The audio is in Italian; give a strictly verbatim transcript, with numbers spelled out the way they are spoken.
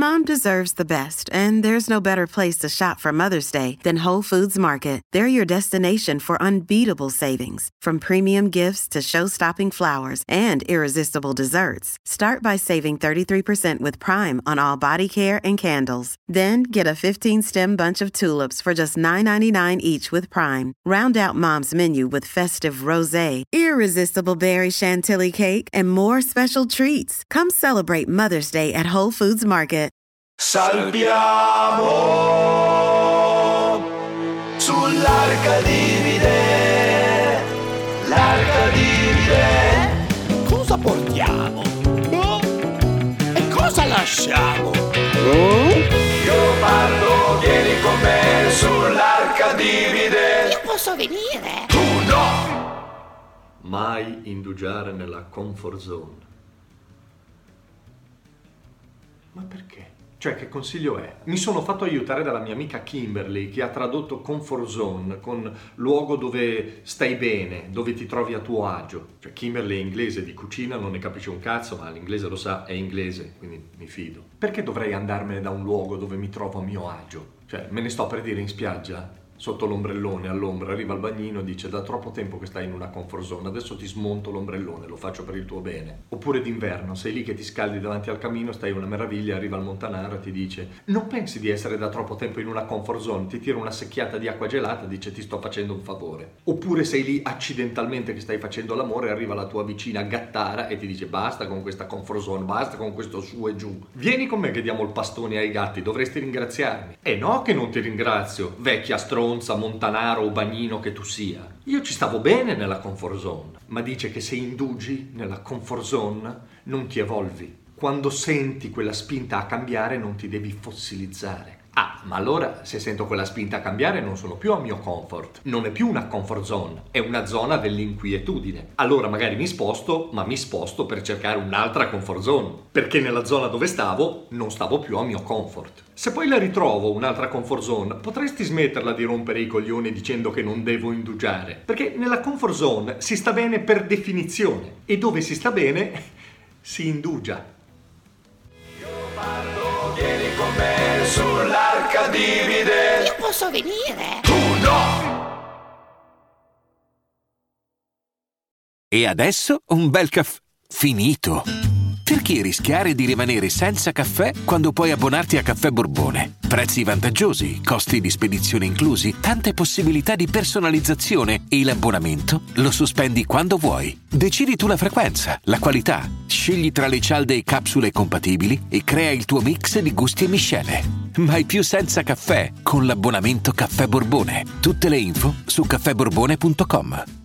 Mom deserves the best, and there's no better place to shop for Mother's Day than Whole Foods Market. They're your destination for unbeatable savings, from premium gifts to show-stopping flowers and irresistible desserts. Start by saving thirty-three percent with Prime on all body care and candles. Then get a fifteen-stem bunch of tulips for just nine ninety-nine each with Prime. Round out Mom's menu with festive rosé, irresistible berry chantilly cake, and more special treats. Come celebrate Mother's Day at Whole Foods Market. Salpiamo sull'Arcadivide, l'Arcadivide. Cosa portiamo? Oh? E cosa lasciamo? Oh? Io parlo, vieni con me sull'Arcadivide. Io posso venire? Tu no! Mai indugiare nella comfort zone. Ma perché? Cioè, che consiglio è? Mi sono fatto aiutare dalla mia amica Kimberly, che ha tradotto comfort zone con luogo dove stai bene, dove ti trovi a tuo agio. Cioè, Kimberly è inglese, di cucina non ne capisce un cazzo, ma l'inglese lo sa, è inglese, quindi mi fido. Perché dovrei andarmene da un luogo dove mi trovo a mio agio? Cioè, me ne sto per dire in spiaggia, sotto l'ombrellone, all'ombra, arriva al bagnino e dice: da troppo tempo che stai in una comfort zone, adesso ti smonto l'ombrellone, lo faccio per il tuo bene. Oppure d'inverno, sei lì che ti scaldi davanti al camino, stai una meraviglia, arriva il montanaro e ti dice: non pensi di essere da troppo tempo in una comfort zone, ti tira una secchiata di acqua gelata, dice: ti sto facendo un favore. Oppure sei lì accidentalmente che stai facendo l'amore, arriva la tua vicina gattara e ti dice: basta con questa comfort zone, basta con questo su e giù, vieni con me che diamo il pastone ai gatti, dovresti ringraziarmi. E no che non ti ringrazio, vecchia stronza, montanaro o bagnino che tu sia. Io ci stavo bene nella comfort zone, ma dice che se indugi nella comfort zone non ti evolvi. Quando senti quella spinta a cambiare non ti devi fossilizzare. Ah, ma allora se sento quella spinta a cambiare non sono più a mio comfort. Non è più una comfort zone, è una zona dell'inquietudine. Allora magari mi sposto, ma mi sposto per cercare un'altra comfort zone, perché nella zona dove stavo non stavo più a mio comfort. Se poi la ritrovo un'altra comfort zone, potresti smetterla di rompere i coglioni dicendo che non devo indugiare, perché nella comfort zone si sta bene per definizione, e dove si sta bene si indugia. Io parlo, vieni con me sull'Arcadivide. Io posso venire? Tu no! E adesso un bel caffè finito. Perché rischiare di rimanere senza caffè quando puoi abbonarti a Caffè Borbone? Prezzi vantaggiosi, costi di spedizione inclusi, tante possibilità di personalizzazione e l'abbonamento lo sospendi quando vuoi. Decidi tu la frequenza, la qualità, scegli tra le cialde e capsule compatibili e crea il tuo mix di gusti e miscele. Mai più senza caffè con l'abbonamento Caffè Borbone. Tutte le info su caffè borbone punto com.